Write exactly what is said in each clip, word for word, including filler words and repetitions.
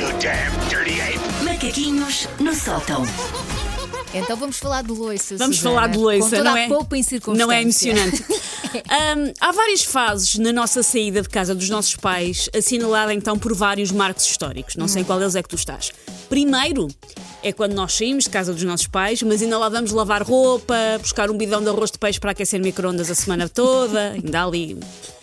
you damn dirty ape! Macaquinhos no sótão. Então vamos falar de loiça. Vamos Susana, falar de loiça, com toda não a é? poupa em circunstância. Não é emocionante. um, há várias fases na nossa saída de casa dos nossos pais, assinalada então por vários marcos históricos. Não sei em qual deles é que tu estás. Primeiro é quando nós saímos de casa dos nossos pais, mas ainda lá vamos lavar roupa, buscar um bidão de arroz de peixe para aquecer micro-ondas a semana toda, ainda ali.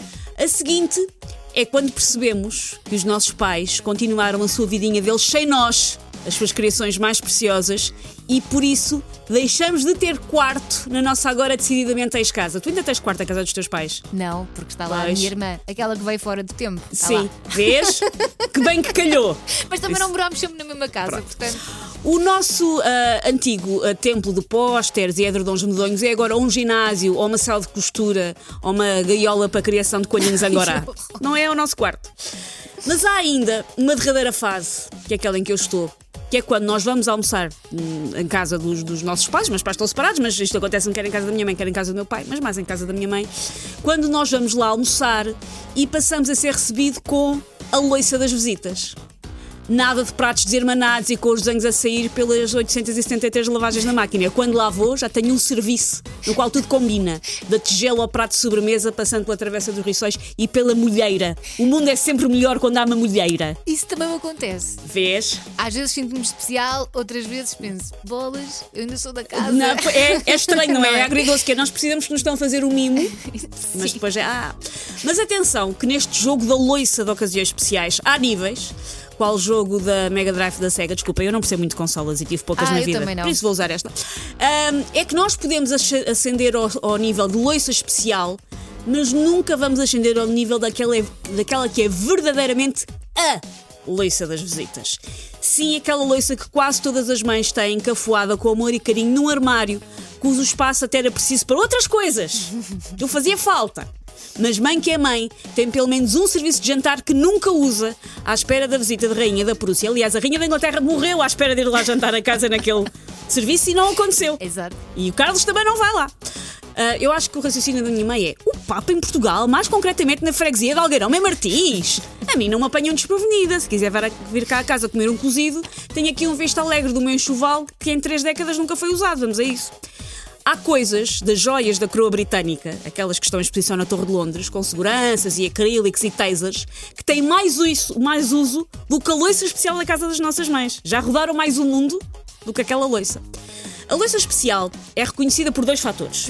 A seguinte é quando percebemos que os nossos pais continuaram a sua vidinha deles sem nós, as suas criações mais preciosas, e por isso deixamos de ter quarto na nossa agora decididamente ex-casa. Tu ainda tens quarto na casa dos teus pais? Não, porque está lá a Pois. minha irmã, aquela que veio fora do tempo. Está Sim. lá. Vês? Que bem que calhou. Mas também não morámos sempre na mesma casa, portanto. O nosso ah, antigo ah, templo de pósteres e edredons medonhos é agora um ginásio, ou uma sala de costura, ou uma gaiola para a criação de coelhinhos angorá. Não é o nosso quarto. Mas há ainda uma derradeira fase, que é aquela em que eu estou, que é quando nós vamos almoçar hum, em casa dos, dos nossos pais. Os meus pais estão separados, mas isto acontece quer em casa da minha mãe, quer em casa do meu pai, mas mais em casa da minha mãe. Quando nós vamos lá almoçar e passamos a ser recebido com a loiça das visitas. Nada de pratos desirmanados e com os desenhos a sair pelas oitocentas e setenta e três lavagens na máquina. Quando lá vou, já tenho um serviço no qual tudo combina. Da tigela ao prato de sobremesa, passando pela Travessa dos Riçóis e pela molheira. O mundo é sempre melhor quando há uma molheira. Isso também me acontece. Vês? Às vezes sinto-me especial, outras vezes penso, bolas, eu ainda sou da casa. Não, é, é estranho, não é? Não É é? agridoce, que é, nós precisamos que nos estão a fazer o mimo, mas Sim. depois é. Ah. Mas atenção, que neste jogo da loiça de ocasiões especiais há níveis. Qual jogo da Mega Drive da Sega? Desculpa, eu não percebo muito consolas e tive poucas Ah, na eu vida. também não. Por isso vou usar esta. Ahm, é que nós podemos asce- ascender ao, ao nível de loiça especial, mas nunca vamos ascender ao nível daquela, daquela que é verdadeiramente a loiça das visitas. Sim, aquela loiça que quase todas as mães têm, encafuada com amor e carinho num armário, cujo espaço até era preciso para outras coisas. Não fazia falta. Mas mãe que é mãe tem pelo menos um serviço de jantar que nunca usa à espera da visita de Rainha da Prússia. Aliás, a Rainha da Inglaterra morreu à espera de ir lá jantar a casa naquele serviço e não aconteceu. Exato. E o Carlos também não vai lá. Ah, eu acho que o raciocínio da minha mãe é o Papa em Portugal, mais concretamente na freguesia de Algueirão em Martins. A mim não me apanham desprevenida. Se quiser vir- vir cá a casa comer um cozido, tenho aqui um Vista Alegre do meu enxoval que em três décadas nunca foi usado. Vamos a isso. Há coisas das joias da coroa britânica, aquelas que estão em exposição na Torre de Londres, com seguranças e acrílicos e tasers, que têm mais uso, mais uso do que a loiça especial da casa das nossas mães. Já rodaram mais o mundo do que aquela loiça. A loiça especial é reconhecida por dois fatores.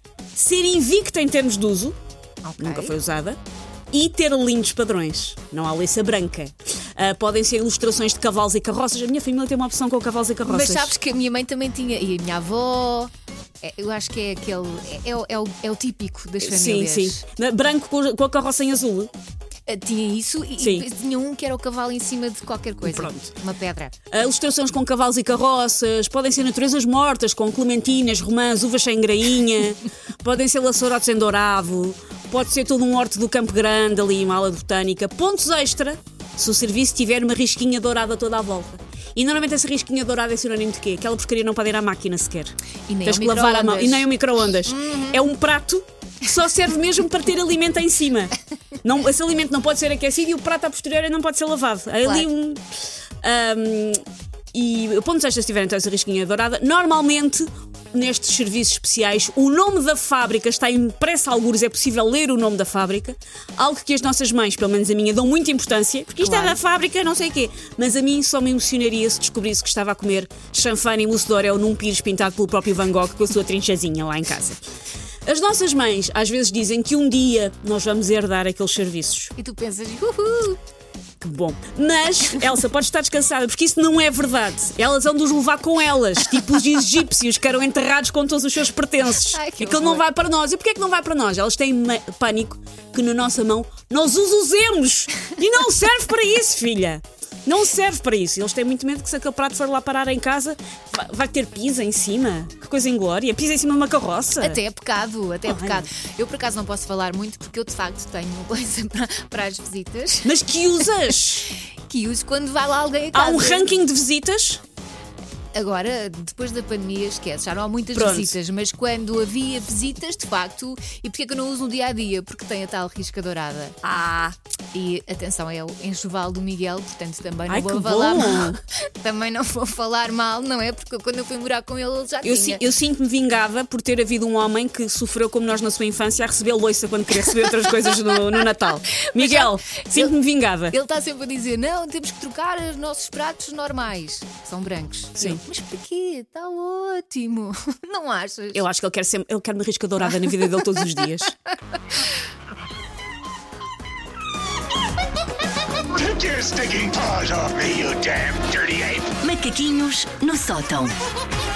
Ser invicta em termos de uso, Ok. nunca foi usada, e ter lindos padrões. Não há loiça branca. Ah, podem ser ilustrações de cavalos e carroças. A minha família tem uma opção com cavalos e carroças. Mas sabes que a minha mãe também tinha, e a minha avó. é- Eu acho que é aquele. É, é o- é o, é o típico das Sim, famílias. sim. Branco com com a carroça em azul. Ah, Tinha isso e, Sim. e tinha um que era o cavalo em cima de qualquer coisa. Pronto. Uma pedra. Uh, ilustrações com cavalos e carroças, podem ser naturezas mortas, com clementinas, romãs, uvas sem grainha, podem ser laçorotes em dourado, pode ser todo um horto do Campo Grande, ali, uma ala de botânica. Pontos extra, se o serviço tiver uma risquinha dourada toda à volta. E normalmente essa risquinha dourada é sinónimo de quê? Aquela porcaria não pode ir à máquina sequer. E nem Tens ao que lavar a mão. micro-ondas. E nem o micro-ondas. É um prato que só serve mesmo para ter alimento em cima. Não, esse alimento não pode ser aquecido e o prato à posteriori não pode ser lavado. Há ali Claro. um. um, e pontos extras, se tiverem então essa risquinha dourada, normalmente nestes serviços especiais o nome da fábrica está impresso a algures, é possível ler o nome da fábrica, algo que as nossas mães, pelo menos a minha, dão muita importância, porque isto Claro. é da fábrica, não sei o quê, mas a mim só me emocionaria se descobrisse que estava a comer chanfane e mousse de Oreo num pires pintado pelo próprio Van Gogh com a sua trinchazinha lá em casa. As nossas mães às vezes dizem que um dia nós vamos herdar aqueles serviços. E tu pensas, uhul! Que bom. Mas, Elsa, podes estar descansada, porque isso não é verdade. Elas vão nos levar com elas, tipo os egípcios que eram enterrados com todos os seus pertences. Ai, que Aquilo não horror. vai para nós. E porquê é que não vai para nós? Elas têm ma- pânico que na nossa mão nós os usemos. E não serve para isso, filha. Não serve para isso. Eles têm muito medo que se aquele prato for lá parar em casa, vai, vai ter pizza em cima. Que coisa inglória. Pizza em cima de uma carroça. Até é pecado, até é Ai. pecado. Eu por acaso não posso falar muito porque eu de facto tenho coisa para, para as visitas Mas que usas? que uso quando vai lá alguém a casa. Há um ranking de visitas? Agora, depois da pandemia, esquece, já não há muitas Pronto. visitas, mas quando havia visitas, de facto, e porquê que eu não uso no dia a dia? Porque tem a tal risca dourada. Ah, E atenção, é o enxoval do Miguel, portanto também não Ai, vou que falar bom. mal. Também não vou falar mal, não é? Porque quando eu fui morar com ele, ele já Eu, tinha. si- eu sinto-me vingada por ter havido um homem que sofreu como nós na sua infância a receber loiça quando queria receber outras coisas no, no Natal. Miguel, sinto-me vingada. Ele está sempre a dizer: não, temos que trocar os nossos pratos normais. São brancos. Sim. Eu, mas porquê? Está ótimo. Não achas? Eu acho que ele quer, ser, ele quer uma risca dourada na vida dele todos os dias. Take your stinking paws off me, you damn dirty ape! Macaquinhos no sótão.